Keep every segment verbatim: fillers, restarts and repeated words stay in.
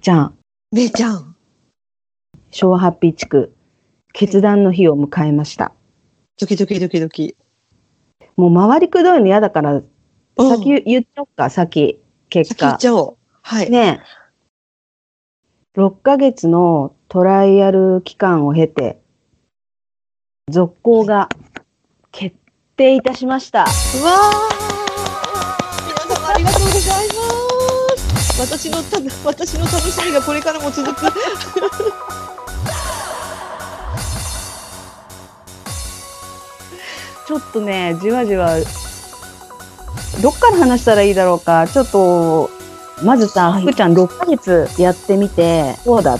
ちゃん。 めいちゃん。 昭和ハッピー地区、決断の日を迎えました。 ドキドキドキドキ。 もう回りくどいの嫌だから、先言っちゃおうか、先、結果。 先言っちゃおう。はい。 ねえ。ろっかげつのトライアル期間を経て、続行が決定いたしました。 うわー、皆様ありがとうございます。私のた、私の楽しみがこれからも続く。 ちょっとね、じわじわ、どっから話したらいいだろうか。ちょっと、まずさ、福ちゃんろっかげつやってみて、どうだった？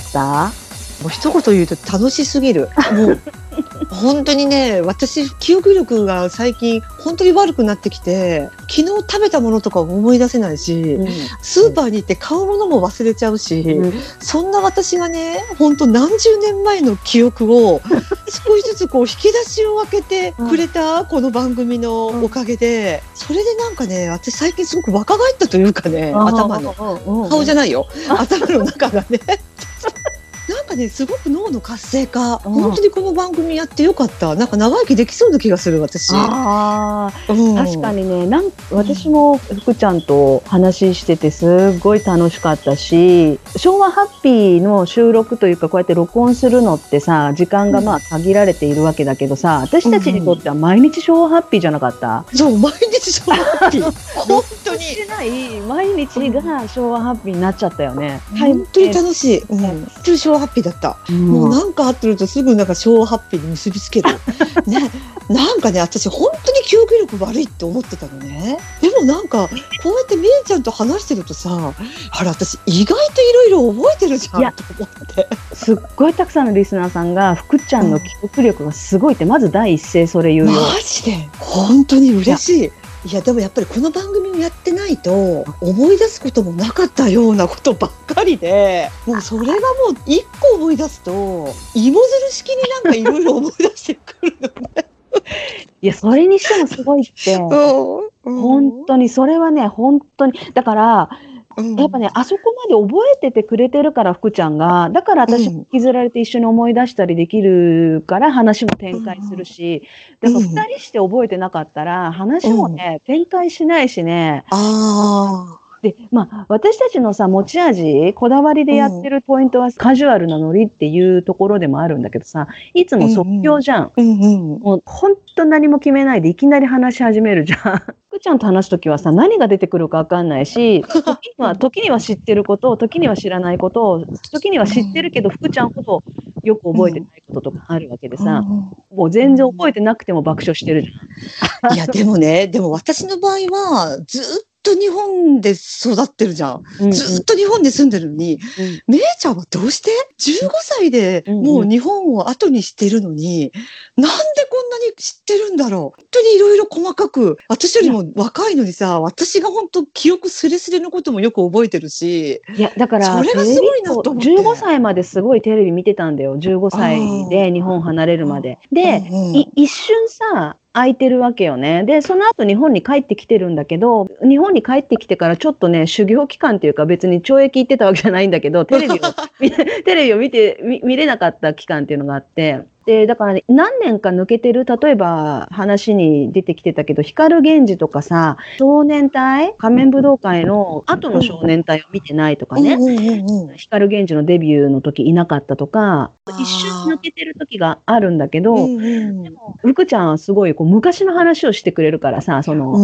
もう一言言うと楽しすぎる。もう本当にね、私記憶力が最近本当に悪くなってきて、昨日食べたものとか思い出せないし、うん、スーパーに行って買うものも忘れちゃうし、うん、そんな私がね、本当何十年前の記憶を少しずつこう引き出しを開けてくれたこの番組のおかげで、それでなんかね、私最近すごく若返ったというかね、頭の顔じゃないよ、頭の中がね。なんかね、すごく脳の活性化、うん、本当にこの番組やってよかった。なんか長生きできそうな気がする、私。 あ、うん、確かにね、なん私も福ちゃんと話しててすごい楽しかったし、昭和ハッピーの収録というかこうやって録音するのってさ、時間がまあ限られているわけだけどさ、私たちにとっては毎日昭和ハッピーじゃなかった？ うん、そう、毎日昭和ハッピー。本当に。 してない毎日が昭和ハッピーになっちゃったよね。 本当に楽しい。うん。昭和ハッピーだった。うん、もうなんかあってるとすぐなんか昭和ハッピーに結びつける。ね。なんかね、私本当に記憶力悪いって思ってたのね。でもなんかこうやってめいちゃんと話してるとさ、あら私意外といろいろ覚えてるじゃんと思って。 すっごいたくさんのリスナーさんが福ちゃんの記憶力がすごいって、まず第一声それ言うよ。 マジで本当に嬉しい。いやでもやっぱりこの番組をやってないと思い出すこともなかったようなことばっかりで、もうそれがもう一個思い出すと芋づる式になんかいろいろ思い出してくるのね。 いやそれにしてもすごいって、うん、本当にそれはね、本当にだからやっぱね、あそこまで覚えててくれてるから福ちゃんが、だから私も引きずられて一緒に思い出したりできるから話も展開するし、だから二人して覚えてなかったら話もね、展開しないしね。 ああ。 で、まあ、私たちのさ、持ち味、こだわりでやってるポイントは、カジュアルなノリっていうところでもあるんだけどさ、いつも即興じゃん。うんうん、もう、ほんと何も決めないでいきなり話し始めるじゃん。福ちゃんと話すときはさ、何が出てくるかわかんないし、時には、時には知ってることを、時には知らないことを、時には知ってるけど、福ちゃんほどよく覚えてないこととかあるわけでさ、もう全然覚えてなくても爆笑してるじゃん。いや、でもね、でも私の場合は、ずっとずっと日本で育ってるじゃん。うんうん、ずっと日本で住んでるのに、うん、めいちゃんはどうして ?じゅうご 歳でもう日本を後にしてるのに、うんうん、なんでこんなに知ってるんだろう。本当にいろいろ細かく、私よりも若いのにさ、私が本当記憶すれすれのこともよく覚えてるし。 いや、だから、 それがすごいなと思って。 じゅうごさいまですごいテレビ見てたんだよ。じゅうごさいで日本離れるまで。で、うんうん、一瞬さ、空いてるわけよね。で、その後日本に帰ってきてるんだけど、日本に帰ってきてからちょっとね、修行期間っていうか別に懲役行ってたわけじゃないんだけど、テレビを、テレビを見て見、見れなかった期間っていうのがあって、で、だから、ね、何年か抜けてる、例えば話に出てきてたけど、光源氏とかさ、少年隊仮面武道会の後の少年隊を見てないとかね、うんうんうんうん、光源氏のデビューの時いなかったとか、一瞬抜けてる時があるんだけど、うんうん、でも、福ちゃんはすごいこう昔の話をしてくれるからさ、その、 うん、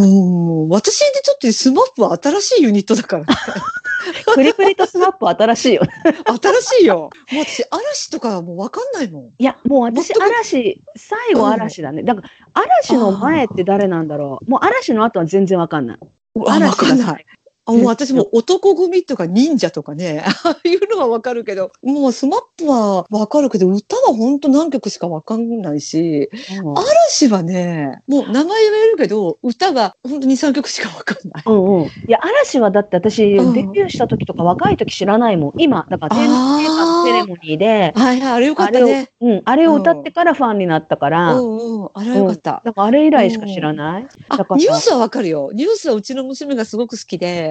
私にとってスマップは新しいユニットだからね。 クリクリとスマップ新しいよ。 新しいよ。もう私、嵐とかもう分かんないもん。 いや、もう私、嵐、最後嵐だね。だから、嵐の前って誰なんだろう。もう嵐の後は全然分かんない。 嵐分かんない。あ、もう私も男組とか忍者とかね、ああいうのはわかるけど、もうスマップはわかるけど、歌はほんと何曲しかわかんないし、うん、嵐はね、もう名前は言えるけど、歌がほんとに、さんきょくしかわかんない。 うんうん。いや、嵐はだって私、デビューした時とか若い時知らないもん。今、だから天皇陛下のセレモニーで、 はいはい、あれよかったね。 うん、あれを歌ってからファンになったから、 うんうん、あれはよかった。 だからあれ以来しか知らない。 あ、ニュースはわかるよ。ニュースはうちの娘がすごく好きで、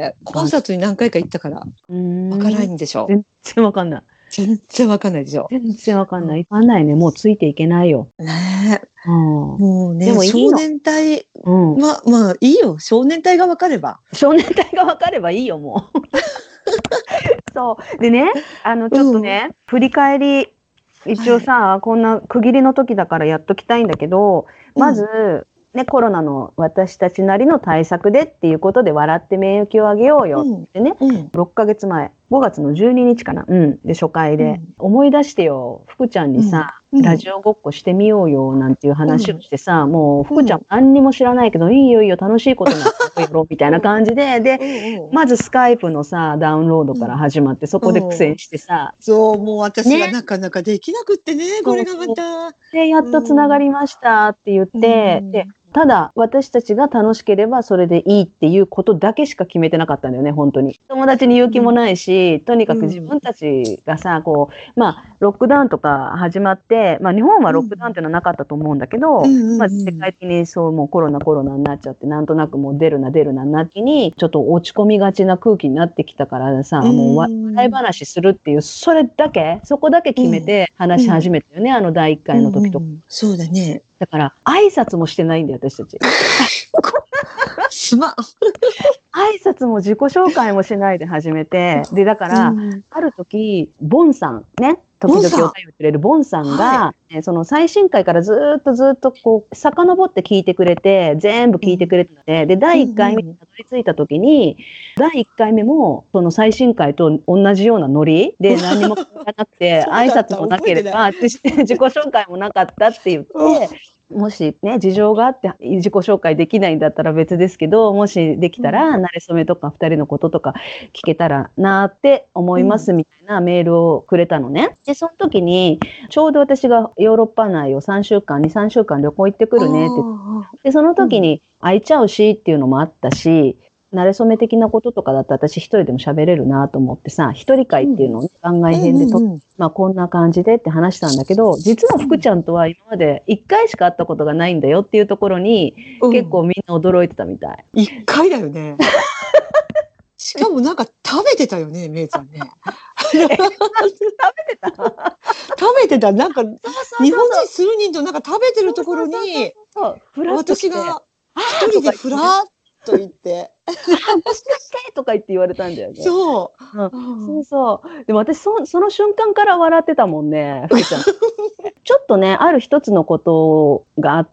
ね、コンサートに何回か行ったから、わからないんでしょ。 全然わかんない。 全然わかんないでしょ。 全然わかんない。わかんないね。もうついていけないよ。 ねえ。 うん、 もうね、 でもいい少年隊うん、 は、まあいいよ。少年隊がわかれば。 少年隊がわかればいいよ、もう。そう。でね、あの、ちょっとね、うん、振り返り、一応さ、はい、こんな区切りの時だからやっときたいんだけど、まず、うんね、コロナの私たちなりの対策でっていうことで笑って免疫を上げようよってね、うんうん、ろっかげつまえ、ごがつのじゅうににちかな、うん、で初回で、うん、思い出してよ、福ちゃんにさ、うん、ラジオごっこしてみようよなんていう話をしてさ、うん、もう福ちゃん何にも知らないけど、うん、いいよいいよ楽しいことならやろうみたいな感じで、で、うん、まずスカイプのさ、ダウンロードから始まって、そこで苦戦してさ、 うん、そう、もう私がなかなかできなくってね、ねこれがまた。 で、やっとつながりましたって言って、うん、で、ただ、私たちが楽しければそれでいいっていうことだけしか決めてなかったんだよね、本当に。友達に言う気もないし、うん、とにかく自分たちがさ、こう、まあ、ロックダウンとか始まって、まあ、日本はロックダウンっていうのはなかったと思うんだけど、うん、まあ、世界的にそう、もうコロナコロナになっちゃって、なんとなくもう出るな出るななきに、ちょっと落ち込みがちな空気になってきたからさ、うん、もう笑い話するっていう、それだけ、そこだけ決めて話し始めたよね、うん、あのだいいっかいの時とか。うんうん、 そうだね。 だから、挨拶もしてないんだよ、私たち。 すまん。 挨拶も自己紹介もしないで始めて、で、だから、うん、ある時、ボンさん、ね、時々お便りくれるボンさんが、はい、その最新回からずっとずっとこう、遡って聞いてくれて、全部聞いてくれてて、うん、で、だいいっかいめにたどり着いた時に、うんうん、だいいっかいめも、その最新回と同じようなノリで何も聞かなくて、挨拶もなければ、自己紹介もなかったって言って、もしね、事情があって自己紹介できないんだったら別ですけど、もしできたら、馴れ初めとか二人のこととか聞けたらなって思いますみたいなメールをくれたのね。で、その時に、ちょうど私がヨーロッパ内をさんしゅうかん、に、さんしゅうかん旅行行ってくるねって言って。で、その時に会いちゃうしっていうのもあったし、馴れ初め的なこととかだったら私一人でも喋れるなと思ってさ、一人会っていうのを、ね、番外編でと、うんうんうん、まあこんな感じでって話したんだけど、実は福ちゃんとは今まで一回しか会ったことがないんだよっていうところに、うん、結構みんな驚いてたみたい。 一回だよね。しかもなんか食べてたよね、めいちゃんね。食べてた食べてた。なんか、そうそうそうそう、日本人数人となんか食べてるところに、私が一人でフラッと言って。 もしかしてとか言って言われたんだよね。 そう。 うん、そうそう。でも私そ、その瞬間から笑ってたもんね、福ちゃん。ちょっとね、ある一つのことがあって、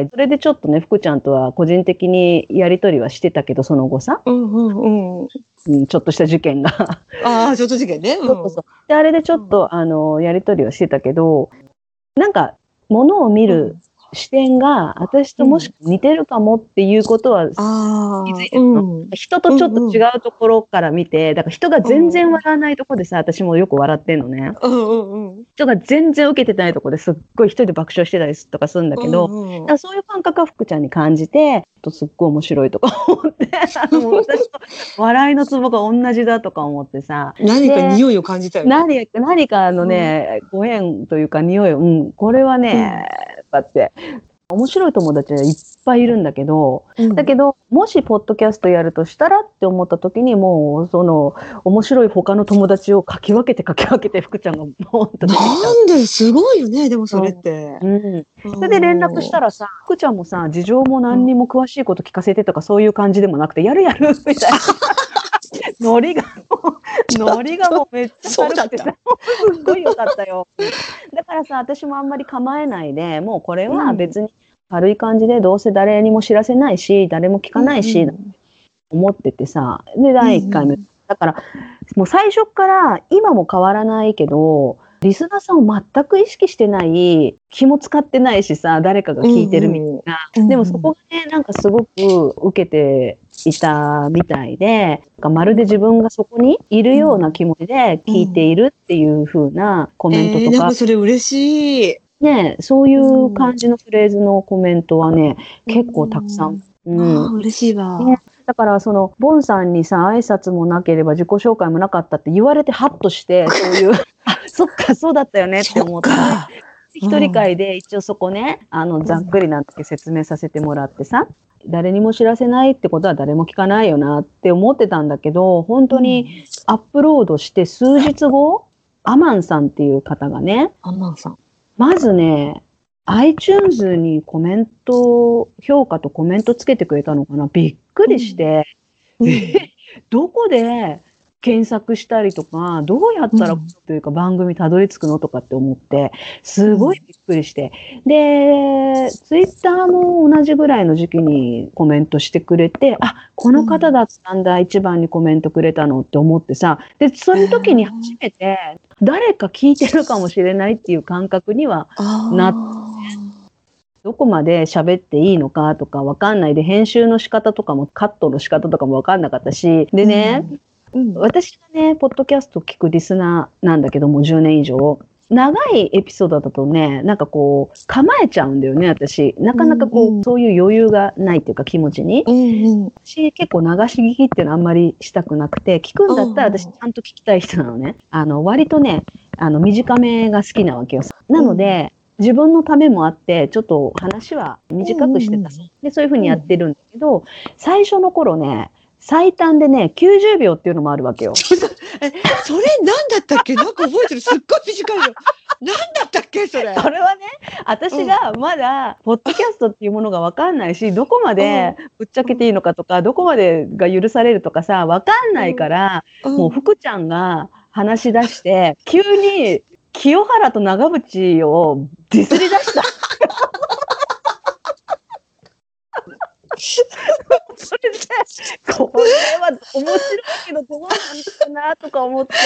それでちょっとね、福ちゃんとは個人的にやりとりはしてたけど、その後さ。 うんうんうん。 うん、ちょっとした事件が。 ああ、ちょっと事件ね。 うん、そうそうそう。で、あれでちょっと、あの、やりとりはしてたけど、なんか、ものを見る、うん視点が私ともし似てるかもっていうことは気づいてるの、うん、人とちょっと違うところから見て、だから人が全然笑わないところでさ、私もよく笑ってんのね、うんうんうん、人が全然受けてないところですっごい一人で爆笑してたりとかするんだけど、うんうん、だからそういう感覚は福ちゃんに感じてすっごい面白いとか思ってあの私と笑いのツボが同じだとか思ってさ何か匂いを感じたよね。 何, 何かのね、うん、ご縁というか匂いを、うん、これはね、うん、だって面白い友達はいっぱいいるんだけど、うん、だけどもしポッドキャストやるとしたらって思った時にもうその面白い他の友達をかき分けてかき分けて福ちゃんがボーンと出てきた。 なんですごいよねでもそれって、 うんうん、それで連絡したらさ福ちゃんもさ事情も何にも詳しいこと聞かせてとかそういう感じでもなくてやるやるみたいなノリがもうノリがもうめっちゃ軽くてさすっごい良かったよ。だからさ私もあんまり構えないでもうこれは別に軽い感じでどうせ誰にも知らせないし誰も聞かないし、うんうん、思っててさでだいいっかいめ、うんうん、だからもう最初から今も変わらないけどリスナーさんを全く意識してない気も使ってないしさ誰かが聞いてるみたいな、うんうん、でもそこがねなんかすごく受けていたみたいでまるで自分がそこにいるような気持ちで聞いているっていう風なコメントとか、 うんえー、なんかそれ嬉しいね、そういう感じのフレーズのコメントはね、うん、結構たくさん。 うん、あ嬉しいわ、 ね。だからそのボンさんにさ挨拶もなければ自己紹介もなかったって言われてハッとしてそういうあそっかそうだったよねって思って一人会で一応そこねあのざっくりなんだけ説明させてもらってさ誰にも知らせないってことは誰も聞かないよなって思ってたんだけど、本当にアップロードして数日後、アマンさんっていう方がね、 アマンさん。 まずね、iTunes にコメント、評価とコメントつけてくれたのかな。びっくりして、 うん、 えどこで検索したりとか、どうやったら、うん、というか番組たどり着くのとかって思って、すごいびっくりして。で、ツイッターも同じぐらいの時期にコメントしてくれて、あ、この方だったんだ、うん、一番にコメントくれたのって思ってさ、で、その時に初めて、誰か聞いてるかもしれないっていう感覚にはなって、どこまで喋っていいのかとかわかんないで、編集の仕方とかもカットの仕方とかもわかんなかったし、でね、うんうん、私がね、ポッドキャスト聞くリスナーなんだけども、じゅうねん以上。長いエピソードだとね、なんかこう、構えちゃうんだよね、私。なかなかこう、うんうん、そういう余裕がないっていうか気持ちに。うんうん、私結構流し聞きっていうのはあんまりしたくなくて、聞くんだったら私ちゃんと聞きたい人なのね。あの、割とね、あの、短めが好きなわけよ。なので、うん、自分のためもあって、ちょっと話は短くしてた。うんうん、で、そういうふうにやってるんだけど、うん、最初の頃ね、最短でね、きゅうじゅうびょうっていうのもあるわけよ。 え、それ何だったっけ？なんか覚えてる。すっごい短いの。何だったっけそれ。 それはね、私がまだ、ポッドキャストっていうものが分かんないし、どこまでぶっちゃけていいのかとか、どこまでが許されるとかさ、分かんないから、うん、もう福ちゃんが話し出して、急に清原と長渕をディスり出した。それで、これは面白いけどどうなんだかなとか思って。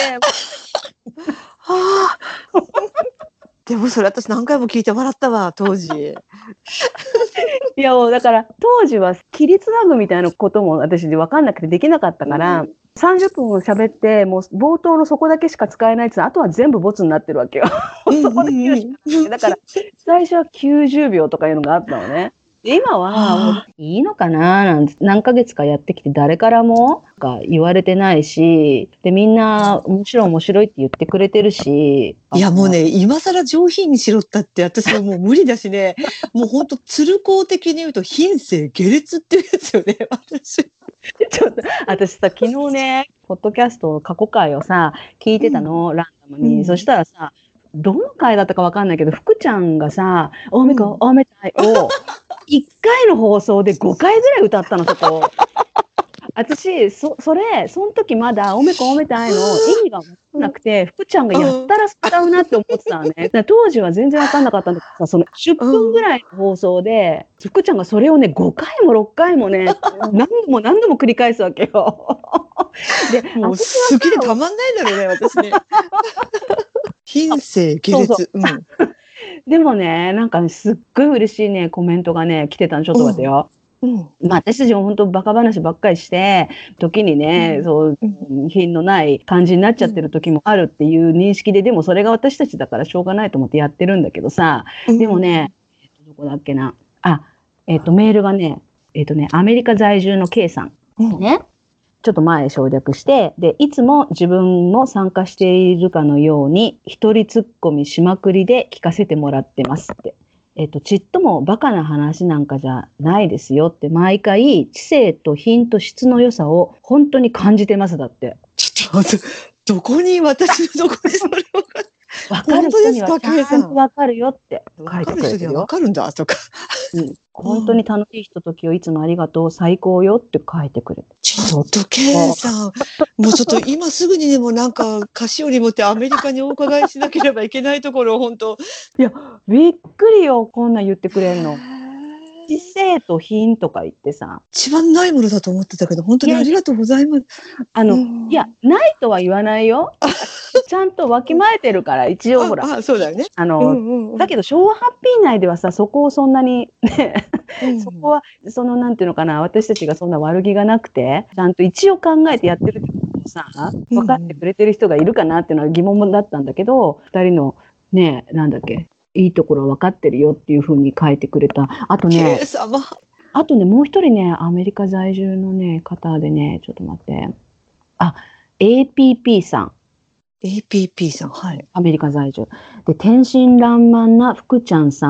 はあ、でもそれ私何回も聞いて笑ったわ、当時。 いやもうだから当時は切りつなぐみたいなことも私で分かんなくてできなかったから、うん、さんじゅっぷん喋ってもう冒頭のそこだけしか使えないって言ったらあとは全部ボツになってるわけよ。そこで切るしかなくて、だから最初はきゅうじゅうびょうとかいうのがあったのね。今はもういいのかななんて何ヶ月かやってきて誰からも言われてないし、でみんな面白い面白いって言ってくれてるし。 いやもうね、今更上品にしろったって私はもう無理だしね、もうほんと鶴光的に言うと品性下劣って言うんですよね、私。ちょっと私さ、昨日ね、ポッドキャスト過去回をさ、聞いてたの、うん、ランダムに、うん。そしたらさ、どの回だったかわかんないけど、福ちゃんがさ、おめこ、おめたいを、いっかいの放送でごかいぐらい歌ったの、そこ。私、そ、それ、その時まだ、おめこおめたいの意味が分かんなくて、福ちゃんがやったら歌うなって思ってたのね。当時は全然分かんなかったんだけどさ、そのじゅっぷんぐらいの放送で、福ちゃんがそれをね、ごかいもろっかいもね、何度も何度も繰り返すわけよ。 で、もう好きでたまんないだろうね、私ね。品性下劣。そうそう、うん、 でもね、なんかね、すっごい嬉しいね、コメントがね、来てたの、ちょっと待ってよ。うんうん、まあ、私たちも本当バカ話ばっかりして、時にね、うん、そう、品のない感じになっちゃってる時もあるっていう認識で、でもそれが私たちだからしょうがないと思ってやってるんだけどさ、うん、でもね、えっと、どこだっけな。あ、えっと、メールがね、えっとね、アメリカ在住の K さん。うん、ね。ちょっと前省略して、で、いつも自分も参加しているかのように、一人突っ込みしまくりで聞かせてもらってますって。えっと、ちっともバカな話なんかじゃないですよって、毎回、知性と品と質の良さを本当に感じてますだって。 ちょっと、どこに、私のどこにそれをわかる人にはちゃんとわかるよって書いてくれてるよ。わかる人にはわかるんだとか。 うん、本当に楽しいひとときをいつもありがとう、最高よって書いてくれて。 ちょっと、ケイさん、もうちょっと今すぐにでもなんか菓子折り持ってアメリカにお伺いしなければいけないところを本当。 いや、びっくりよ、こんなん言ってくれるの。知性と品とか言ってさ。 一番ないものだと思ってたけど、本当にありがとうございます。 あの、いや、ないとは言わないよ。ちゃんとわきまえてるから、一応ほら。 ああ、そうだよね。 あの、うんうんうん、だけど昭和ハッピー内ではさ、そこをそんなに、ね、うんうん、そこは、その、なんていうのかな、私たちがそんな悪気がなくて、ちゃんと一応考えてやってるってことをさ、分かってくれてる人がいるかなっていうのは疑問だったんだけど、二人の、ね、なんだっけ、いいところ分かってるよっていうふうに書いてくれた。あとね、あとね、もう一人ね、アメリカ在住のね、方でね、ちょっと待って。あ、エーピーピー さん。 エーピーピー さん、はい。 アメリカ在住。で、天真爛漫な福ちゃんさん。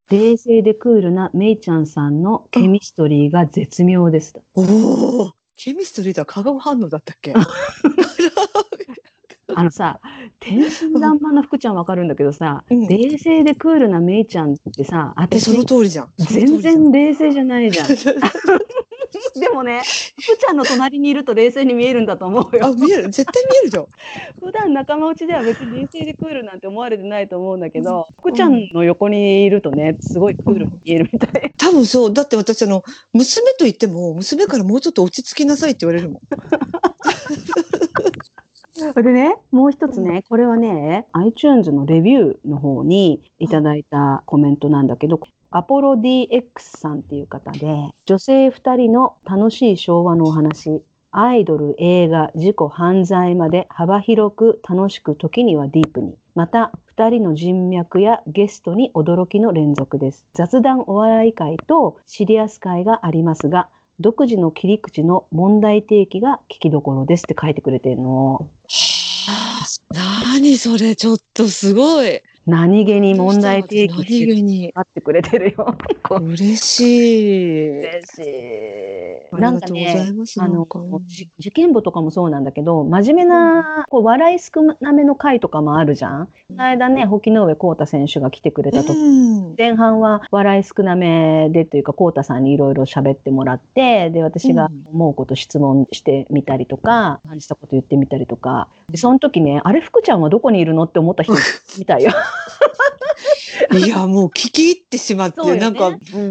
冷静でクールなメイちゃんさんのケミストリーが絶妙ですと。 おお、ケミストリーとは化学反応だったっけ？ あのさ、天真爛漫な福ちゃんわかるんだけどさ、 うん、 冷静でクールなメイちゃんってさ、 私その通りじゃん。 全然冷静じゃないじゃん。でもね、福ちゃんの隣にいると冷静に見えるんだと思うよ。 あ、見える、絶対見えるじゃん。 普段仲間内では別に冷静でクールなんて思われてないと思うんだけど、福ちゃんの横にいるとね、すごいクールに見えるみたい。 多分そう。だって私、あの、娘と言っても、娘からもうちょっと落ち着きなさいって言われるもん。 でね、もう一つね、これはね、iTunes のレビューの方にいただいたコメントなんだけど、アポロ ディーエックス さんっていう方で、女性二人の楽しい昭和のお話、アイドル、映画、事故、犯罪まで幅広く楽しく時にはディープに。また、二人の人脈やゲストに驚きの連続です。雑談お笑い会とシリアス会がありますが、独自の切り口の問題提起が聞きどころですって書いてくれてるの。 なにそれ、ちょっとすごい。 何気に問題提起何気にあってくれてるよ。 嬉しい。 嬉しい。 なんかね、 あの、受験簿とかもそうなんだけど、真面目な、こう、笑い少なめの回とかもあるじゃん。この間ね、沖上幸太選手が来てくれたとき、うん、前半は笑い少なめでというか、幸太さんにいろいろ喋ってもらって、で、私が思うこと質問してみたりとか、感じたこと言ってみたりとか、でその時ね、あれ、福ちゃんはどこにいるのって思った人みたいよ。 いや、もう聞き入ってしまって、ね、なんか、うん、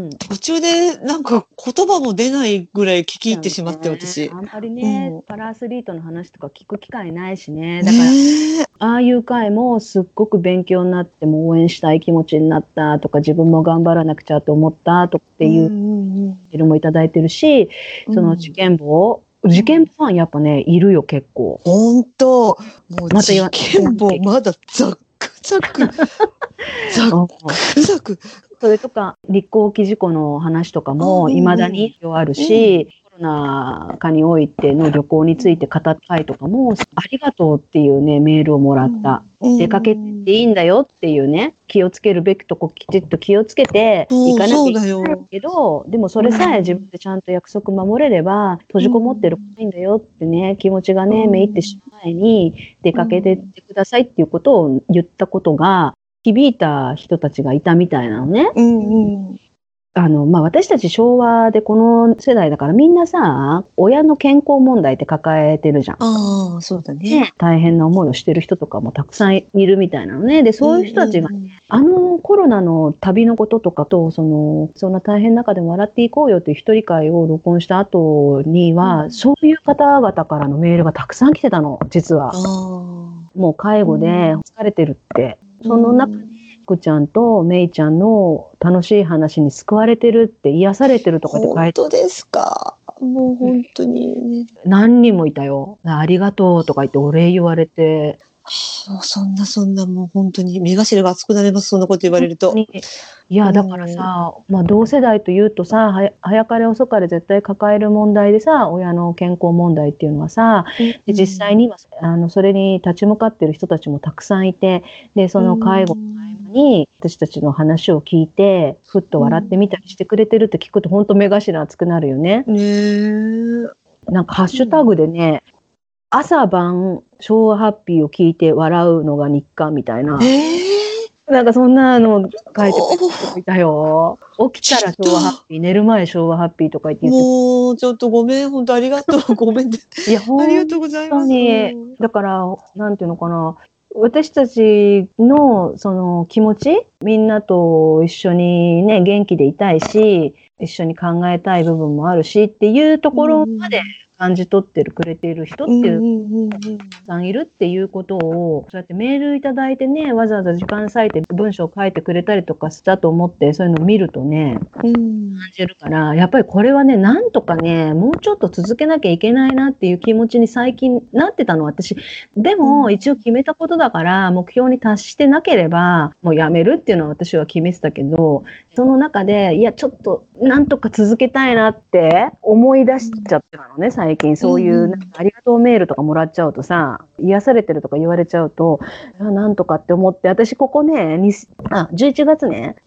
途中でなんか言葉も出ないぐらい聞き入ってしまって、ね、私。 あんまりね、うん、パラアスリートの話とか聞く機会ないしね。だから、ね、ああいう回もすっごく勉強になって、も応援したい気持ちになったとか、自分も頑張らなくちゃと思ったとかっていうメールもいただいてるし、うん、その受験簿を、受験ファンやっぱね、いるよ、結構。 ほんと。もうまた受験簿まだざっくざく。ざっくざく。 それとか、立候補事故の話とかも未だにあるし、うん、コロナ禍においての旅行について語った回とかも、ありがとうっていうね、メールをもらった。うん、出かけていいんだよっていうね、気をつけるべきとこきちっと気をつけていかなきゃいけないけど、でもそれさえ自分でちゃんと約束守れれば、閉じこもってることないんだよってね、気持ちがね、めいってしまう前に出かけてってくださいっていうことを言ったことが、響いた人たちがいたみたいなのね。うんうん、あの、まあ、私たち昭和でこの世代だからみんなさ、親の健康問題って抱えてるじゃん。 ああ、そうだね。ね、 大変な思いをしてる人とかもたくさんいるみたいなのね。で、そういう人たちが、ね、うんうん、あのコロナの旅のこととかと、その、そんな大変な中でも笑っていこうよっていう一人会を録音した後には、うん、そういう方々からのメールがたくさん来てたの、実は。もう介護で疲れてるって。うん、その中で、福ちゃんとめいちゃんの楽しい話に救われてるって癒されてるとかって書いて。 本当ですか。もう本当に、ね、 何人もいたよ。ありがとうとか言ってお礼言われて。 もうそんなそんなもう本当に目頭が熱くなります。そんなこと言われると。 いやだからさ、まあ、同世代というとさ、は早かれ遅かれ絶対抱える問題でさ、親の健康問題っていうのはさ、で実際にはあのそれに立ち向かってる人たちもたくさんいて、でその介護の合間に私たちの話を聞いてふっと笑ってみたりしてくれてるって聞くと本当目頭熱くなるよね。 ね、 なんかハッシュタグでね、うん、朝晩昭和ハッピーを聞いて笑うのが日課みたいな、えー、なんかそんなの書いてくれる人いたよ。起きたら昭和ハッピー、寝る前昭和ハッピーとか言って言って、 もうちょっとごめん、本当ありがとう、ごめんね。いやありがとうございます。 だからなんていうのかな、私たちのその気持ち、みんなと一緒にね元気でいたいし、一緒に考えたい部分もあるしっていうところまで感じ取ってるくれている人っていうたくさんいるっていうことを、そうやってメールいただいてね、わざわざ時間割いて文章を書いてくれたりとかしたと思って、そういうのを見るとね、感じるから、やっぱりこれはね、なんとかね、もうちょっと続けなきゃいけないなっていう気持ちに最近なってたの、私。でも、一応決めたことだから、目標に達してなければ、もうやめるっていうのは私は決めてたけど、その中で、いや、ちょっと、なんとか続けたいなって思い出しちゃってたのね、最近。そういう、なんかありがとうメールとかもらっちゃうとさ、癒されてるとか言われちゃうと、なんとかって思って、私ここね、あ、じゅういちがつね、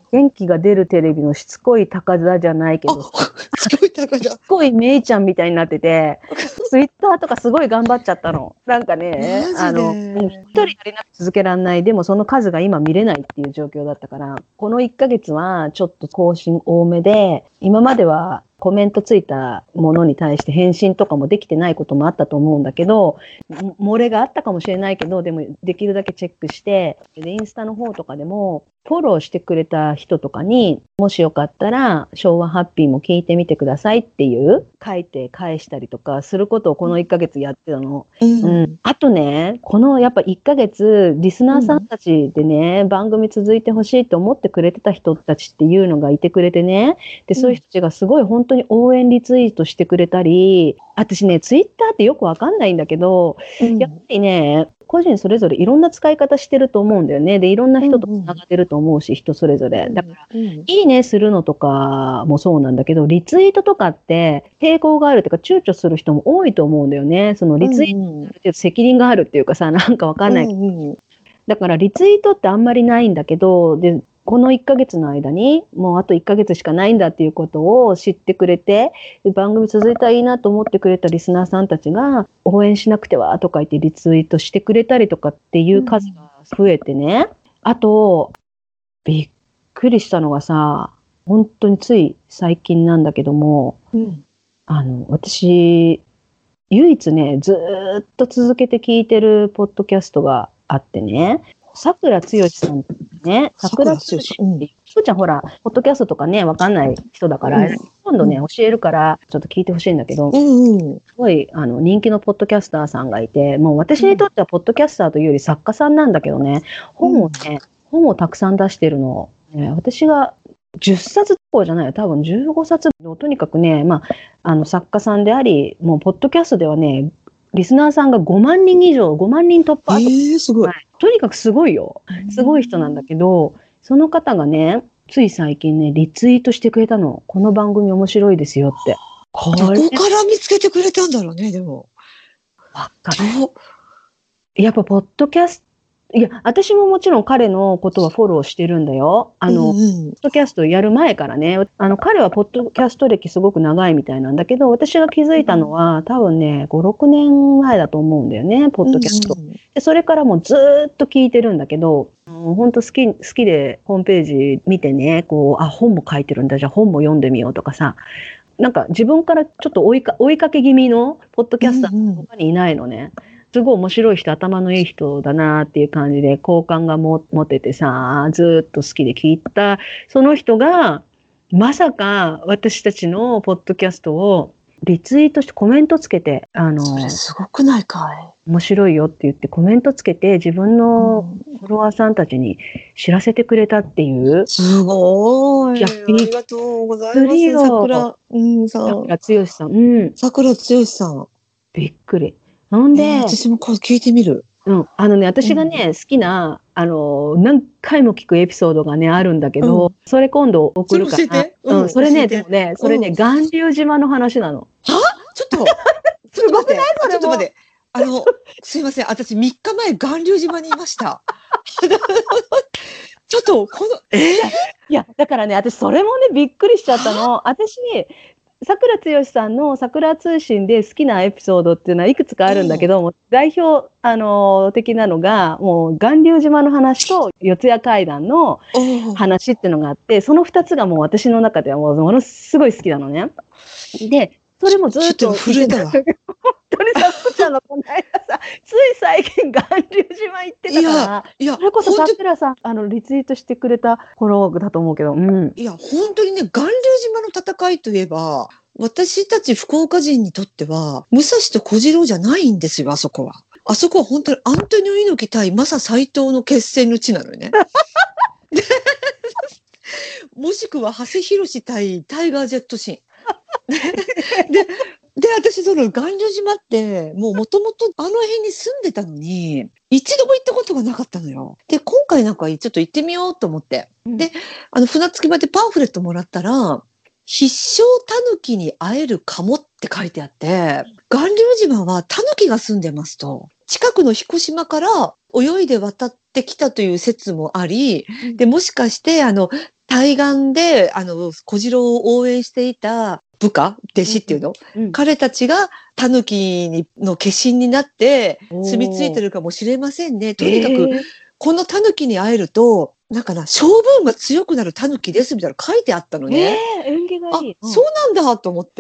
元気が出るテレビのしつこい高田じゃないけど、 すごい高田。 しつこいめいちゃんみたいになってて、ツイッターとかすごい頑張っちゃったの。なんかね、あの、一人やりなく続けられない、でもその数が今見れないっていう状況だったから、このいっかげつはちょっと更新多めで、今まではコメントついたものに対して返信とかもできてないこともあったと思うんだけど、漏れがあったかもしれないけど、でもできるだけチェックして、でインスタの方とかでもフォローしてくれた人とかに、もしよかったら昭和ハッピーも聞いてみてくださいっていう書いて返したりとかすることをこのいっかげつやってたの。うんうん、あとね、このやっぱいっかげつリスナーさんたちでね、うん、番組続いてほしいと思ってくれてた人たちっていうのがいてくれてね、でそういう人たちがすごい本当に応援リツイートしてくれたり、私ねツイッターってよくわかんないんだけど、うん、やっぱりね個人それぞれいろんな使い方してると思うんだよね。でいろんな人とつながってると思うし、うんうん、人それぞれだから、うんうん、いいねするのとかもそうなんだけど、リツイートとかって抵抗があるというか躊躇する人も多いと思うんだよね。そのリツイートにある程度責任があるっていうかさ、なんかわかんないけど、うんうん、だからリツイートってあんまりないんだけど、でこのいっかげつの間にもうあといっかげつしかないんだっていうことを知ってくれて、番組続いたらいいなと思ってくれたリスナーさんたちが応援しなくてはとか言ってリツイートしてくれたりとかっていう数が増えてね、うん、あとびっくりしたのがさ、本当につい最近なんだけども、うん、あの私唯一ねずーっと続けて聞いてるポッドキャストがあってね、桜つよしさんね、桜つよしっていう、ふーちゃんほら、ポッドキャストとかね、わかんない人だから、うん、今度ね、教えるから、ちょっと聞いてほしいんだけど、うんうん、すごい、あの、人気のポッドキャスターさんがいて、もう私にとってはポッドキャスターというより作家さんなんだけどね、本をね、本をたくさん出してるの。ね、私がじゅっさつどころじゃないよ、多分じゅうごさつ、とにかくね、まあ、あの、作家さんであり、もう、ポッドキャストではね、リスナーさんがごまんにん以上、ごまんにん突破。 えー、すごい。 はい、とにかくすごいよ。すごい人なんだけど、その方がね、つい最近ね、リツイートしてくれたの。この番組面白いですよって。 こどこから見つけてくれたんだろうね、でも。 わかる。やっぱ、ポッドキャスト、いや、私ももちろん彼のことはフォローしてるんだよ。あの、うんうん、ポッドキャストやる前からね、あの、彼はポッドキャスト歴すごく長いみたいなんだけど、私が気づいたのは、うん、多分ね、ご、ろくねんまえだと思うんだよね、ポッドキャスト。うんうん、でそれからもうずーっと聞いてるんだけど、本当好き、好きでホームページ見てね、こう、あ、本も書いてるんだ、じゃあ本も読んでみようとかさ、なんか自分からちょっと追いか、追いかけ気味のポッドキャスターの他にいないのね。うんうん、すごい面白い人、頭のいい人だなっていう感じで好感がも持ててさ、ずっと好きで聞いたその人がまさか私たちのポッドキャストをリツイートしてコメントつけて、あのそれすごくないかい、 面白いよって言ってコメントつけて自分のフォロワーさんたちに知らせてくれたっていう。 すごい。ありがとうございます。桜、うん、さん。 桜つよしさん。うん。 桜つよしさん。 びっくり。なんで、えー、 私もこう聞いてみる。 うん。あのね、私がね、うん、好きな、あの、何回も聞くエピソードがね、あるんだけど、うん、それ今度送るから。それ、うんうん、それね、でもね、それね、巌流島の話なの。 はちょっと、すごくないそれも。ちょっと待って。あの、すいません。私みっかまえ巌流島にいました。ちょっと、この、えー、 いや、だからね、私それもね、びっくりしちゃったの。私、桜つよしさんの桜通信で好きなエピソードっていうのはいくつかあるんだけど、も代表、あのー、的なのが、もう、巌流島の話と四谷怪談の話っていうのがあって、その二つがもう私の中ではもうものすごい好きなのね。で、それもずっと。 震えたわ。 本当にさ、福ちゃんのこの間さ、つい最近巌流島行ってたから、いや、いやそれこそ桜さん、あの、リツイートしてくれた頃だと思うけど、うん。 いや、本当にね、巌流島の戦いといえば、私たち福岡人にとっては、武蔵と小次郎じゃないんですよ、あそこは。あそこは本当にアントニオ猪木対マサ斎藤の決戦の地なのよね。もしくは長谷博対タイガージェットシーン。で、で、私その巌流島って、もうもともとあの辺に住んでたのに、一度も行ったことがなかったのよ。で、今回なんかちょっと行ってみようと思って。うん、で、あの船着き場でパンフレットもらったら、必勝タヌキに会えるかもって書いてあって、巌流島はタヌキが住んでますと。近くの彦島から泳いで渡ってきたという説もあり、で、もしかして、あの、 対岸で、あの、小次郎を応援していた部下、弟子っていうの、 うんうん、 彼たちがタヌキにの化身になって住み着いてるかもしれませんね。とにかく、えー、このタヌキに会えると、なんかな、性分が強くなるタヌキですみたいな書いてあったのね。 えー、縁起がいい。 あ、うん、そうなんだと思って。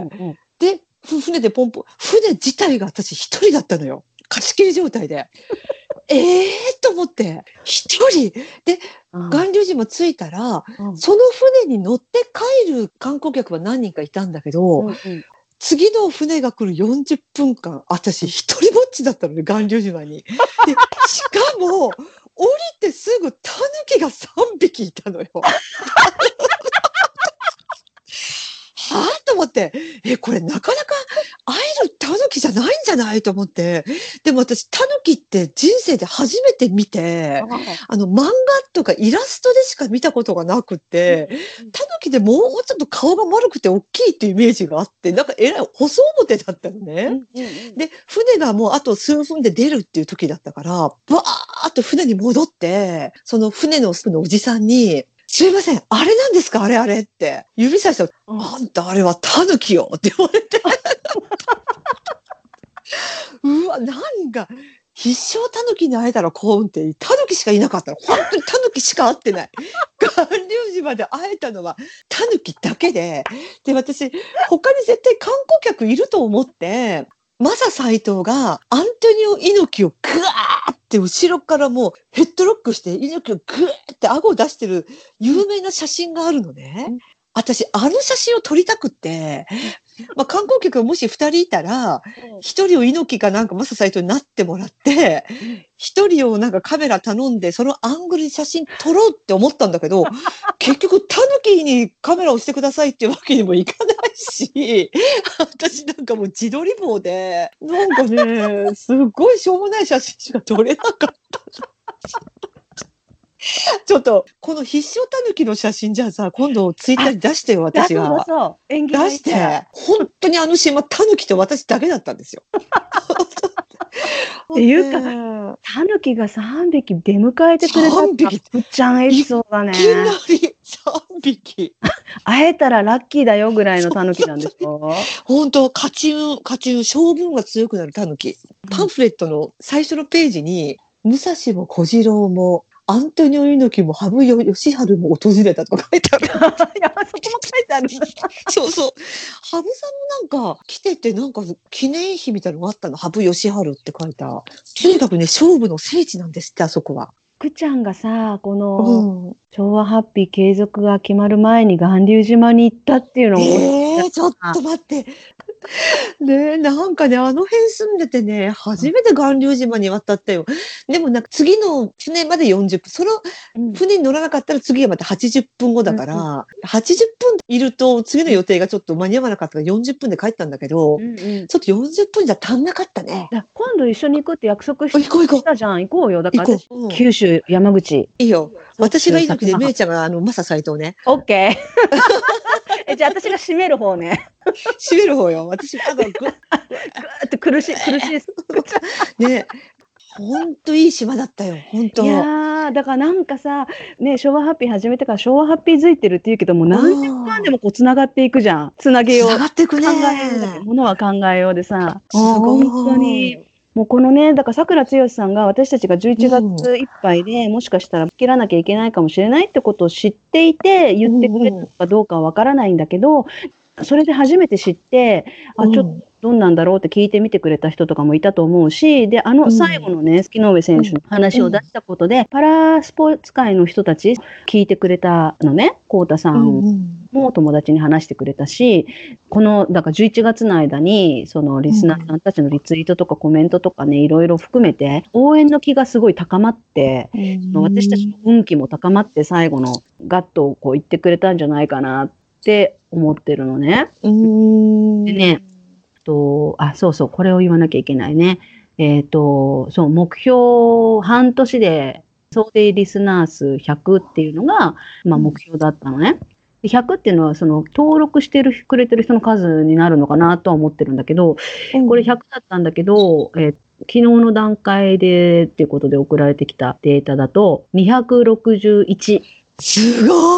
うんうん、で、船でポンポン、船自体が私一人だったのよ。貸し切り状態で。ええと思って、一人で、巌流島着いたら、うん、その船に乗って帰る観光客は何人かいたんだけど、うんうん、次の船が来るよんじゅっぷんかん、私一人ぼっちだったのね、巌流島に。で、しかも、降りてすぐタヌキがさんびきいたのよ。はぁと思って、え、これなかなか会えるタヌキじゃないんじゃないと思って。でも私、タヌキって人生で初めて見て、あの、漫画とかイラストでしか見たことがなくて、タヌキでもうちょっと顔が丸くて大きいっていうイメージがあって、なんかえらい細表だったのね。で、船がもうあと数分で出るっていう時だったから、バーっと船に戻って、その船のスプのおじさんに、すいません、あれなんですかあれあれって。指さしたら、うん、あんたあれはタヌキよって言われて。うわ、なんか、必勝タヌキに会えたら幸運って、タヌキしかいなかったの。本当にタヌキしか会ってない。巌流島で会えたのはタヌキだけで。で、私、他に絶対観光客いると思って、マサ斎藤がアントニオ猪木をグワーって後ろからもうヘッドロックして猪木をグワーって顎を出してる有名な写真があるのね。うん、私、あの写真を撮りたくって、まあ、観光客がもし二人いたら、一人を猪木かなんかマサ斎藤になってもらって、一人をなんかカメラ頼んで、そのアングルで写真撮ろうって思ったんだけど、結局タヌキにカメラをしてくださいっていうわけにもいかないし、私なんかもう自撮り棒で、なんかね、すっごいしょうもない写真しか撮れなかった。ちょっと、この必勝タヌキの写真じゃあさ、今度ツイッターに出してよ、私が。 そうそう。演技出して、本当にあの島、タヌキと私だけだったんですよ。 っていうか、タヌキがさんびき出迎えてくれた。さんびき。ふっちゃんエピソードだね。 いきなりさんびき。 会えたらラッキーだよぐらいのタヌキなんですよ。 本当、勝ち運、勝ち運、性分が強くなるタヌキ。パンフレットの最初のページに、武蔵も小次郎も、アントニオ猪木も羽生善治も訪れたとか書いてある。いや、そこも書いてあるんだ。そうそう。羽生さんもなんか来てて、なんか記念碑みたいなのがあったの。羽生善治って書いた。とにかくね、勝負の聖地なんですって、あそこは。 くちゃんがさ、この、うん、昭和ハッピー継続が決まる前に巌流島に行ったっていうのも。 えー、ちょっと待って。ねえ、なんかね、あの辺住んでてね、初めて巌流島に渡ったよ。でもなんか次の船までよんじゅっぷん、その船に乗らなかったら次はまたはちじゅっぷんごだから、うんうん、はちじゅっぷんいると次の予定がちょっと間に合わなかったからよんじゅっぷんで帰ったんだけど、うんうん、ちょっとよんじゅっぷんじゃ足んなかったね。 今度一緒に行くって約束し行こう行こうしたじゃん。行こうよ。だから私、うん、九州、山口。 いいよ。私が猪木で、めいちゃんがあの、マサ斎藤ね。 オッケー。え、じゃあ私が締める方ね。 締める方よ。私が、あの、ぐ、ぐーって苦しい、苦しい。 ね。ほんといい島だったよ。ほんと。 いやー、だからなんかさ、ね、昭和ハッピー始めてから昭和ハッピーづいてるって言うけども、何十間でもこう繋がっていくじゃん。繋げよう。 繋がっていくね。 考えようだけど、ものは考えようでさ。本当に。もうこのね、だから桜剛さんが私たちがじゅういちがついっぱいで、うん、もしかしたら切らなきゃいけないかもしれないってことを知っていて言ってくれたのかどうかはわからないんだけど、それで初めて知って、あ、ちょっとどんなんだろうって聞いてみてくれた人とかもいたと思うし、で、あの最後のね、木上選手の話を出したことで、パラスポーツ界の人たち聞いてくれたのね、コウタさんも友達に話してくれたし、この、だからじゅういちがつの間に、そのリスナーさんたちのリツイートとかコメントとかね、いろいろ含めて、応援の気がすごい高まって、私たちの運気も高まって、最後のガットをこう言ってくれたんじゃないかなって思ってるのね。うーんでね、と、あ、そうそう、これを言わなきゃいけないね。えっと、そう、目標、半年で、総定リスナー数ひゃくっていうのが、まあ目標だったのね。ひゃくっていうのは、その、登録してる、くれてる人の数になるのかなとは思ってるんだけど、これひゃくだったんだけど、えー、昨日の段階でっていうことで送られてきたデータだと、にひゃくろくじゅういち。 すご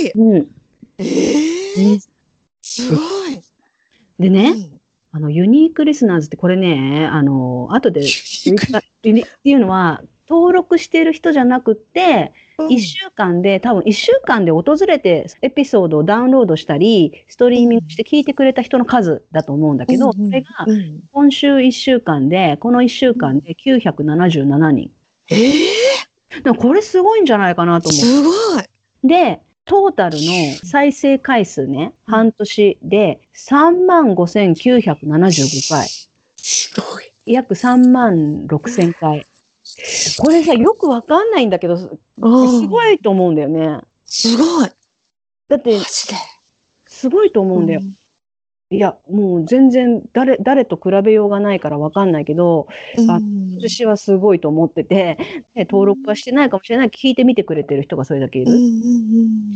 い。 うん。 えー、すごい。 でね、 うん、 あの、ユニークリスナーズってこれね、あの、後で、ユニっていうのは、登録している人じゃなくて、いっしゅうかんで、多分いっしゅうかんで訪れてエピソードをダウンロードしたり、ストリーミングして聞いてくれた人の数だと思うんだけど、 うんうん、 それがうん今週いっしゅうかんで、このいっしゅうかんできゅうひゃくななじゅうななにん。 えー、でもこれすごいんじゃないかなと思う。 すごい。 で、トータルの再生回数ね、半年でさんまんごせんきゅうひゃくななじゅうごかい。 すごい。 約さんまんろくせんかい。これさ、よくわかんないんだけど、すごいと思うんだよね。 すごい。 だって、すごいと思うんだよ。うん、いや、もう全然誰、誰と比べようがないからわかんないけど、うん、あ私はすごいと思ってて、ね、登録はしてないかもしれないけど、聞いてみてくれてる人がそれだけいる。うんうんうん、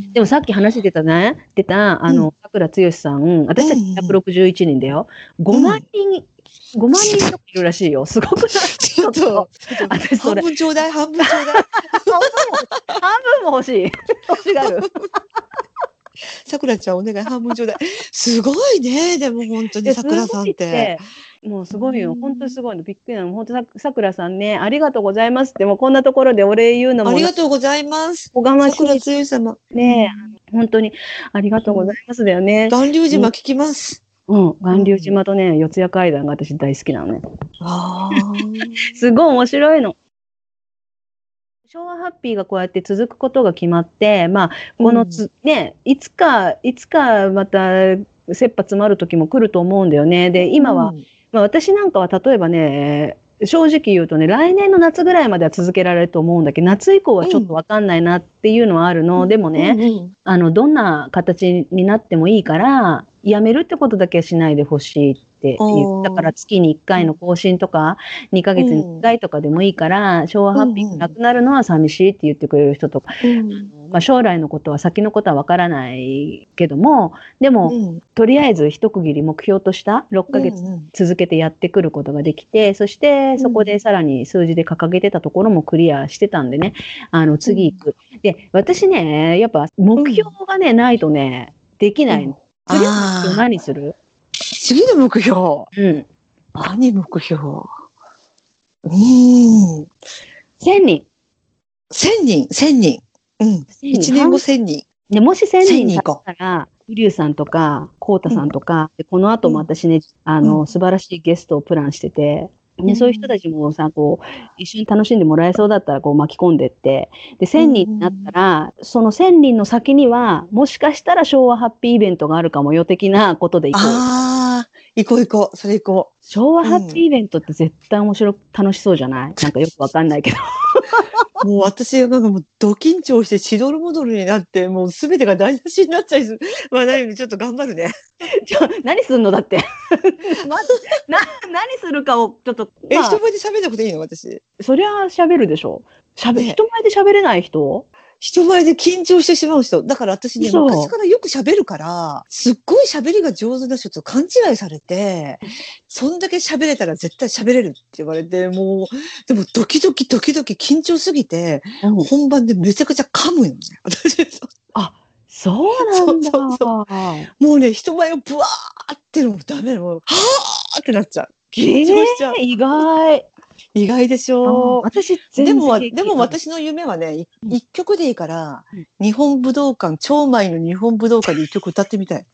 でもさっき話してたね、出た、あの、さくらつよしさん、私たちひゃくろくじゅういちにんだよ。ごまんにん、ごまんにんとかいるらしいよ。すごくない？ちょっと、 私それ。半分ちょうだい、半分ちょうだい。 半分も欲しい。欲しがる。 さくらちゃんお願い、半分ちょうだい。すごいね、でも本当にさくらさんって。 もうすごいよ。本当にすごいの。びっくりなの。本当さ、さくらさんね、ありがとうございますって、もうこんなところでお礼言うのも。 ありがとうございます。 おがましい。 さくらつよし様。 ねえ、本当にありがとうございますだよね。 巌流島聞きます。 うん、巌流島とね、四谷怪談が私大好きなのね。 あすごい面白いの。昭和ハッピーがこうやって続くことが決まって、まあ、このつ、うん、ね、いつか、いつかまた、切羽詰まる時も来ると思うんだよね。で、今は、うん、まあ私なんかは例えばね、正直言うとね、来年の夏ぐらいまでは続けられると思うんだけど、夏以降はちょっとわかんないなっていうのはあるの。うん、でもね、うんうん、あの、どんな形になってもいいから、やめるってことだけはしないでほしいっていう。だから月にいっかいの更新とか、にかげつにいっかいとかでもいいから、昭和ハッピーがなくなるのは寂しいって言ってくれる人とか、うん、あのまあ、将来のことは先のことはわからないけども、でも、うん、とりあえず一区切り目標としたろっかげつ続けてやってくることができて、そしてそこでさらに数字で掲げてたところもクリアしてたんでね、あの次行く。で、私ね、やっぱ目標がね、ないとね、できないの。次の目標何する？ 次の目標。うん。何目標？うーん。 千人。 千人、千人。うん。一年後千人。 で、もし千人だったら、ウリュウさんとか、コウタさんとか、うん、でこの後も私ね、あの、うん、素晴らしいゲストをプランしてて、ね、そういう人たちもさ、こう、一緒に楽しんでもらえそうだったら、こう巻き込んでって、で、千人になったら、うん、その千人の先には、もしかしたら昭和ハッピーイベントがあるかもよ、的なことで行こう。 ああ、行こう行こう、それ行こう。 昭和ハッピーイベントって絶対面白く、楽しそうじゃない？なんかよくわかんないけど。 もう私なんかもうド緊張してしどろもどろになって、もうすべてが台無しになっちゃいそう。まあ何ちょっと頑張るね。 ちょ何すんのだって。まずな何するかをちょっと。 まあ、え、人前で喋んなくていいの私。 そりゃ喋るでしょ。喋、ね、人前で喋れない人？ 人前で緊張してしまう人。だから私ね、昔からよく喋るから、すっごい喋りが上手な人と勘違いされて、そんだけ喋れたら絶対喋れるって言われて、もう、でもドキドキドキドキ緊張すぎて、うん、本番でめちゃくちゃ噛むよね。私あ、そうなんだ。そうそうそうもうね、人前をブワーってのもダメもう、はーってなっちゃう。緊張しちゃう。 えー、意外。 意外でしょう。 私でも、でも私の夢はね、一曲でいいから、うん、日本武道館、超前の日本武道館で一曲歌ってみたい。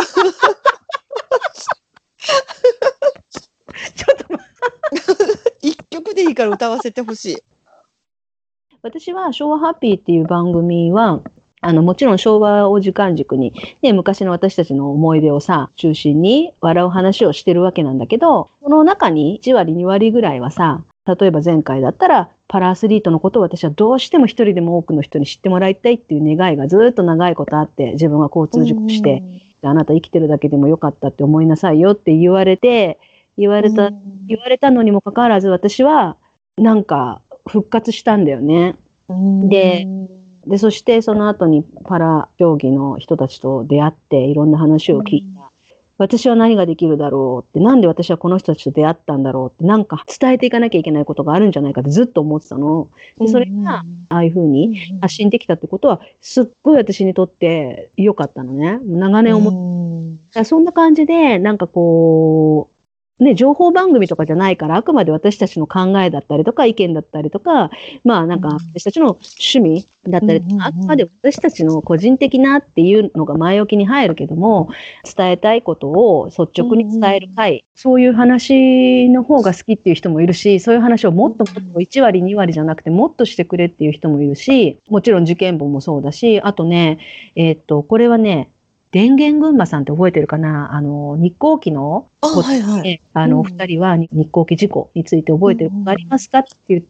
ちょっと一曲でいいから歌わせてほしい。 私は昭和ハッピーっていう番組は、あの、もちろん昭和を時間軸に、ね、昔の私たちの思い出をさ、中心に笑う話をしてるわけなんだけど、その中にいちわりにわりぐらいはさ、例えば前回だったら、パラアスリートのことを私はどうしても一人でも多くの人に知ってもらいたいっていう願いがずっと長いことあって、自分は交通事故して、あなた生きてるだけでもよかったって思いなさいよって言われて、言われた、言われたのにもかかわらず私は、なんか復活したんだよね。で、で、そしてその後にパラ競技の人たちと出会っていろんな話を聞いた。 私は何ができるだろうって、なんで私はこの人たちと出会ったんだろうって、なんか伝えていかなきゃいけないことがあるんじゃないかってずっと思ってたの。で、それが、ああいうふうに発信できたってことは、すっごい私にとって良かったのね。長年思って。そんな感じで、なんかこう、ね、情報番組とかじゃないから、あくまで私たちの考えだったりとか、意見だったりとか、まあなんか私たちの趣味だったりとか、あくまで私たちの個人的なっていうのが前置きに入るけども、伝えたいことを率直に伝える回、そういう話の方が好きっていう人もいるし、そういう話をもっともっといち割、に割じゃなくてもっとしてくれっていう人もいるし、もちろん受験本もそうだし、あとね、えっと、これはね、電源群馬さんって覚えてるかな、あの、日航機の、 あ、はいはい。 あの、二、うん、人は日航機事故について覚えてることありますかって言って、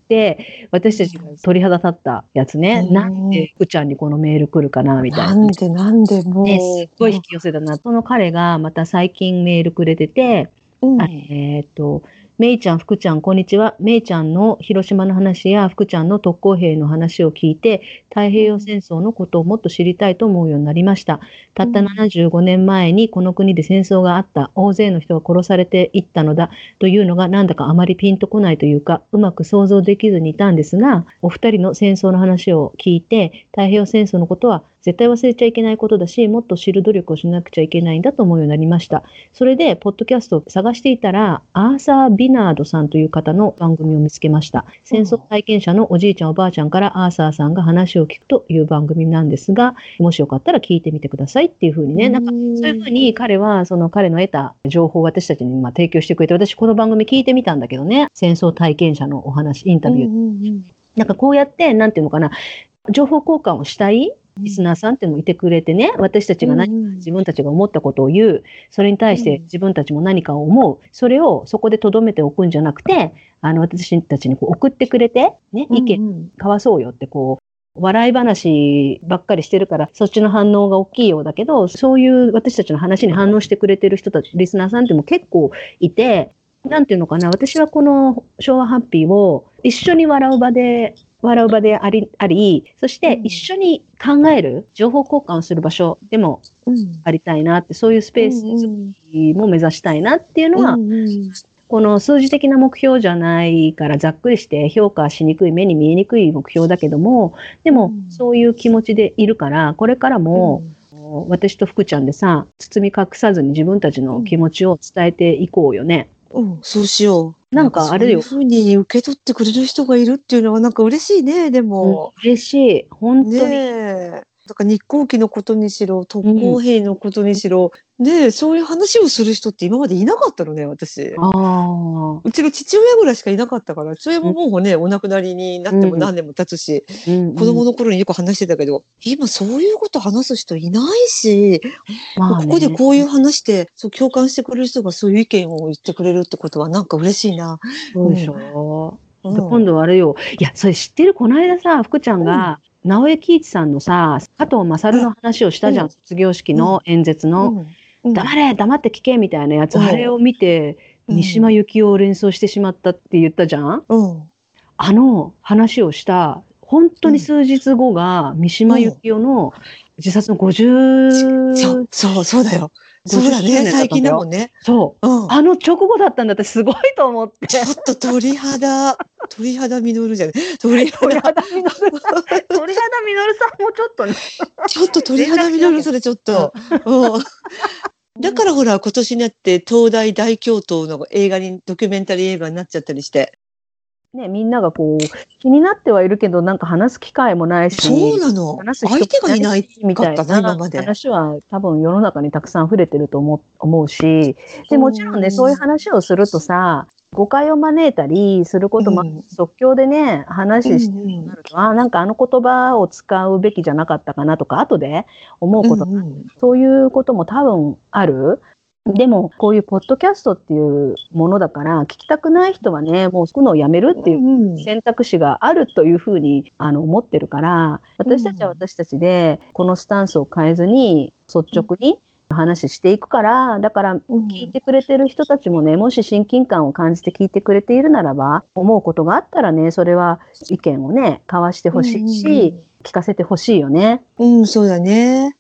私たちが鳥肌立ったやつね。うん、なんで福ちゃんにこのメール来るかなみたいな。 なんでなんでもう。 ね、すっごい引き寄せたな。その彼がまた最近メールくれてて、うん、えっと、めいちゃん、福ちゃん、こんにちは。めいちゃんの広島の話や福ちゃんの特攻兵の話を聞いて、太平洋戦争のことをもっと知りたいと思うようになりました。たったななじゅうごねんまえにこの国で戦争があった。大勢の人が殺されていったのだというのがなんだかあまりピンとこないというか、うまく想像できずにいたんですが、お二人の戦争の話を聞いて、太平洋戦争のことは絶対忘れちゃいけないことだし、もっと知る努力をしなくちゃいけないんだと思うようになりました。それで、ポッドキャストを探していたら、アーサー・ビナードさんという方の番組を見つけました。戦争体験者のおじいちゃんおばあちゃんからアーサーさんが話を聞くという番組なんですが、もしよかったら聞いてみてくださいっていうふうにね、なんかそういうふうに彼は、その彼の得た情報を私たちにまあ提供してくれて、私この番組聞いてみたんだけどね、戦争体験者のお話、インタビュー。うんうんうん、なんかこうやって、なんていうのかな、情報交換をしたいリスナーさんっていうのもいてくれてね、私たちが何か自分たちが思ったことを言う、それに対して自分たちも何かを思う、それをそこで留めておくんじゃなくて、あの私たちにこう送ってくれて、ね、意見交わそうよってこう、笑い話ばっかりしてるから、そっちの反応が大きいようだけど、そういう私たちの話に反応してくれてる人たち、リスナーさんっても結構いて、なんていうのかな、私はこの昭和ハッピーを一緒に笑う場で、笑う場であり、あり、そして一緒に考える、情報交換をする場所でもありたいなって、そういうスペースも目指したいなっていうのは、この数字的な目標じゃないからざっくりして評価しにくい、目に見えにくい目標だけども、でもそういう気持ちでいるから、これからも、私と福ちゃんでさ、包み隠さずに自分たちの気持ちを伝えていこうよね。 うん、そうしよう。 なんかあれよ。 そういうふうに受け取ってくれる人がいるっていうのはなんか嬉しいね、でも。 うん、嬉しい。本当に。ねえ。だから日航機のことにしろ、特攻兵のことにしろ、うん、で、そういう話をする人って今までいなかったのね、私。あうちの父親ぐらいしかいなかったから、父親ももうね、うん、お亡くなりになっても何年も経つし、うん、子供の頃によく話してたけど、今そういうこと話す人いないし、まあね、ここでこういう話で、そう共感してくれる人がそういう意見を言ってくれるってことはなんか嬉しいな。 そうでしょう。うん、今度はあれよ。いや、それ知ってる？この間さ、福ちゃんが、うん、直江喜一さんのさ、加藤勝の話をしたじゃん、うん、卒業式の演説の。うんうん、黙れ、黙って聞けみたいなやつ、うん、あれを見て、三島由紀夫を連想してしまったって言ったじゃん、うん、あの話をした、本当に数日後が三島由紀夫の自殺のごじゅう、 そう、そう、そうだよ。そうだね、最近だもんね。 そう、うん。あの直後だったんだってすごいと思って。 ちょっと鳥肌、鳥肌実るじゃない。鳥肌実る。鳥肌実さんもちょっとね。 ちょっと鳥肌実る、それちょっと。うんだからほら、今年になって東大大共闘の映画に、ドキュメンタリー映画になっちゃったりして。 ね、みんながこう、気になってはいるけど、なんか話す機会もないし。 そうなの。話す相手がいないみたいな今まで。 話は多分世の中にたくさん溢れてると思う、思うし。で、もちろんね、そういう話をするとさ、誤解を招いたりすることも、うん、即興でね、話してるとなると、うんうん、あ、なんかあの言葉を使うべきじゃなかったかなとか、後で思うことがある、うんうん、そういうことも多分ある。でも、こういうポッドキャストっていうものだから、聞きたくない人はね、もう聞くのをやめるっていう選択肢があるというふうにあの思ってるから、私たちは私たちで、このスタンスを変えずに、率直に、話していくから、だから聞いてくれてる人たちもね、もし親近感を感じて聞いてくれているならば、思うことがあったらね、それは意見をね、交わしてほしいし、うんうんうん、聞かせてほしいよね。 うん、そうだね。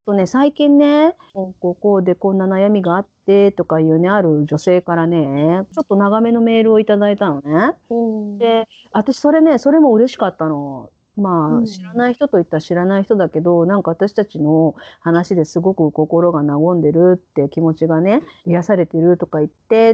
とね、最近ね、こうこうでこんな悩みがあってとかいうね、ある女性からね、ちょっと長めのメールをいただいたのね。で、私それね、それも嬉しかったの。まあ、知らない人と言ったら知らない人だけど、なんか私たちの話ですごく心が和んでるって気持ちがね、癒されてるとか言って、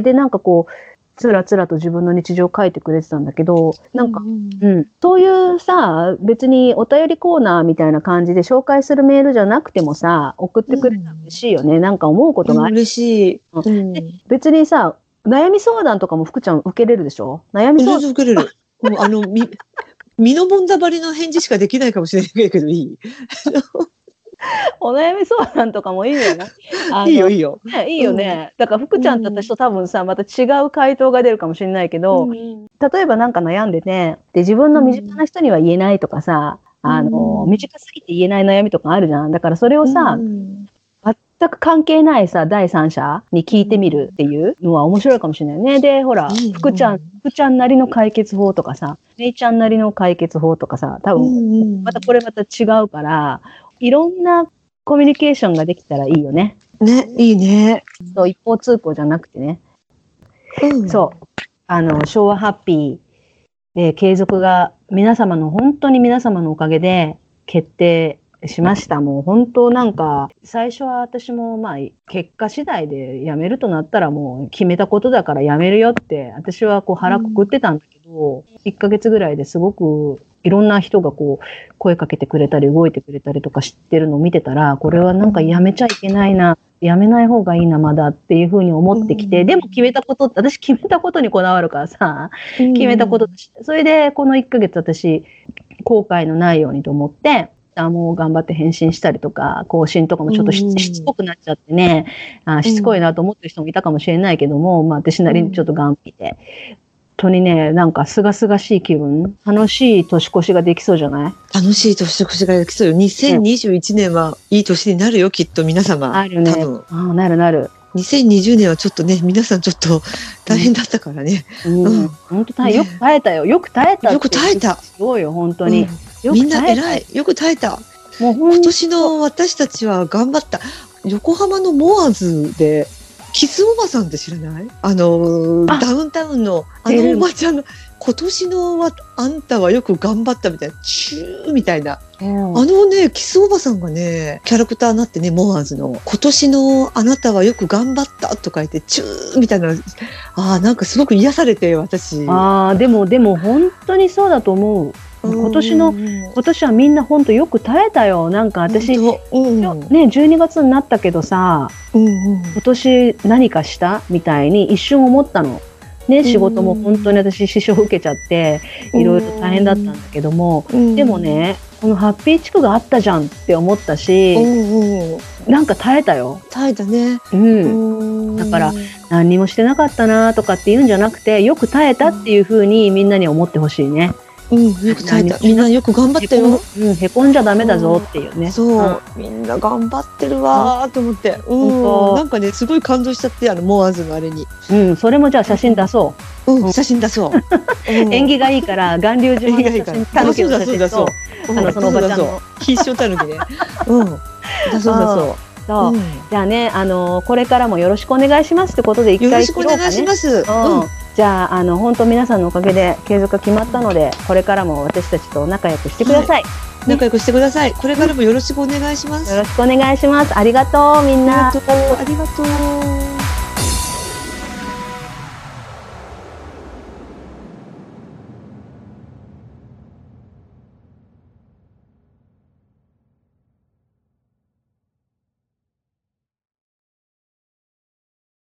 で、なんかこう、つらつらと自分の日常を書いてくれてたんだけど、なんか、うん、うん、そういうさ、別にお便りコーナーみたいな感じで紹介するメールじゃなくてもさ、送ってくれたら嬉しいよね。うん、なんか思うことがある。 嬉しい。 うん、で別にさ、悩み相談とかも福ちゃん受けれるでしょ？悩み相談。 受けれる。もうあの、み、身のもんだばりの返事しかできないかもしれないけど、いい？ お悩み相談とかもいいよね。 いいよいいよ。 ね、いいよね。うん、だから福ちゃんと私と多分さ、また違う回答が出るかもしれないけど、うん、例えばなんか悩んでて、で、自分の身近な人には言えないとかさ、うん、あの、短すぎて言えない悩みとかあるじゃん。だからそれをさ、うん、全く関係ないさ、第三者に聞いてみるっていうのは面白いかもしれないね。で、ほら、うん、福ちゃん、福ちゃんなりの解決法とかさ、めいちゃんなりの解決法とかさ、多分、またこれまた違うから、いろんなコミュニケーションができたらいいよね。 ね、いいね。 そう、一方通行じゃなくてね。うん、そう。あの、昭和ハッピー、えー、継続が皆様の、本当に皆様のおかげで決定しました。もう本当なんか、最初は私もまあ、結果次第で辞めるとなったらもう決めたことだから辞めるよって、私はこう腹くくってたんだけど、うん、いっかげつぐらいですごく、いろんな人がこう、声かけてくれたり動いてくれたりとか知ってるのを見てたら、これはなんかやめちゃいけないな、やめない方がいいな、まだっていうふうに思ってきて、うん、でも決めたことって、私決めたことにこだわるからさ、うん、決めたことだし、それでこのいっかげつ私、後悔のないようにと思って、あもう頑張って返信したりとか、更新とかもちょっとし、うん、しつこくなっちゃってね、あ、しつこいなと思ってる人もいたかもしれないけども、まあ私なりにちょっと頑張って、本当にね、なんかすがすがしい気分、楽しい年越しができそうじゃない？ 楽しい年越しができそうよ。にせんにじゅういちねんはいい年になるよ、きっと皆様。 あるね。多分。あ、なるなる。 にせんにじゅうねんはちょっとね、皆さんちょっと大変だったからね。 うんうん、本当大変、ね、よく耐えたよ。よく耐えた。 よく耐えた。 すごいよ、本当に。 うん、みんな偉い。よく耐えた。もう今年の私たちは頑張った。横浜のモアーズで、キスおばさんって知らない？あのあダウンタウンのあのおばちゃんの今年のあんたはよく頑張ったみたいなチューみたいな、うん、あのねキスおばさんがねキャラクターになってねモアーズの今年のあなたはよく頑張ったとか言ってチューみたいなあなんかすごく癒されて私あでもでも本当にそうだと思う。今年の今年はみんな本当よく耐えたよ。なんか私、うん、ねじゅうにがつになったけどさ、うんうん、今年何かしたみたいに一瞬思ったの。ね、仕事も本当に私支障を受けちゃっていろいろ大変だったんだけども、でもねこのハッピー地区があったじゃんって思ったし、なんか耐えたよ。 耐えたね。 うん。だから何にもしてなかったなとかっていうんじゃなくてよく耐えたっていう風にみんなに思ってほしいね。 うん、よく耐えた。みんなよく頑張ったよ。 うん、へこんじゃダメだぞっていうね。 そう、みんな頑張ってるわーと思って。うん、なんかね、すごい感動しちゃって、あのモアーズのあれに。 うん、それもじゃあ写真出そう。 うん、写真出そう。 縁起がいいから、巌流島の写真、タヌキの写真と、あのそのおばちゃんの必勝タヌキね。うん、出そう出そう。 そう、じゃあね、あのこれからもよろしくお願いしますってことで一回切ろうかね。 よろしくお願いします。うん。 じゃあ、あの、本当皆さんのおかげで継続が決まったので、これからも私たちと仲良くしてください。はい、 仲良くしてください。これからもよろしくお願いします。 よろしくお願いします。ありがとう、みんな。 ありがとう。ありがとう。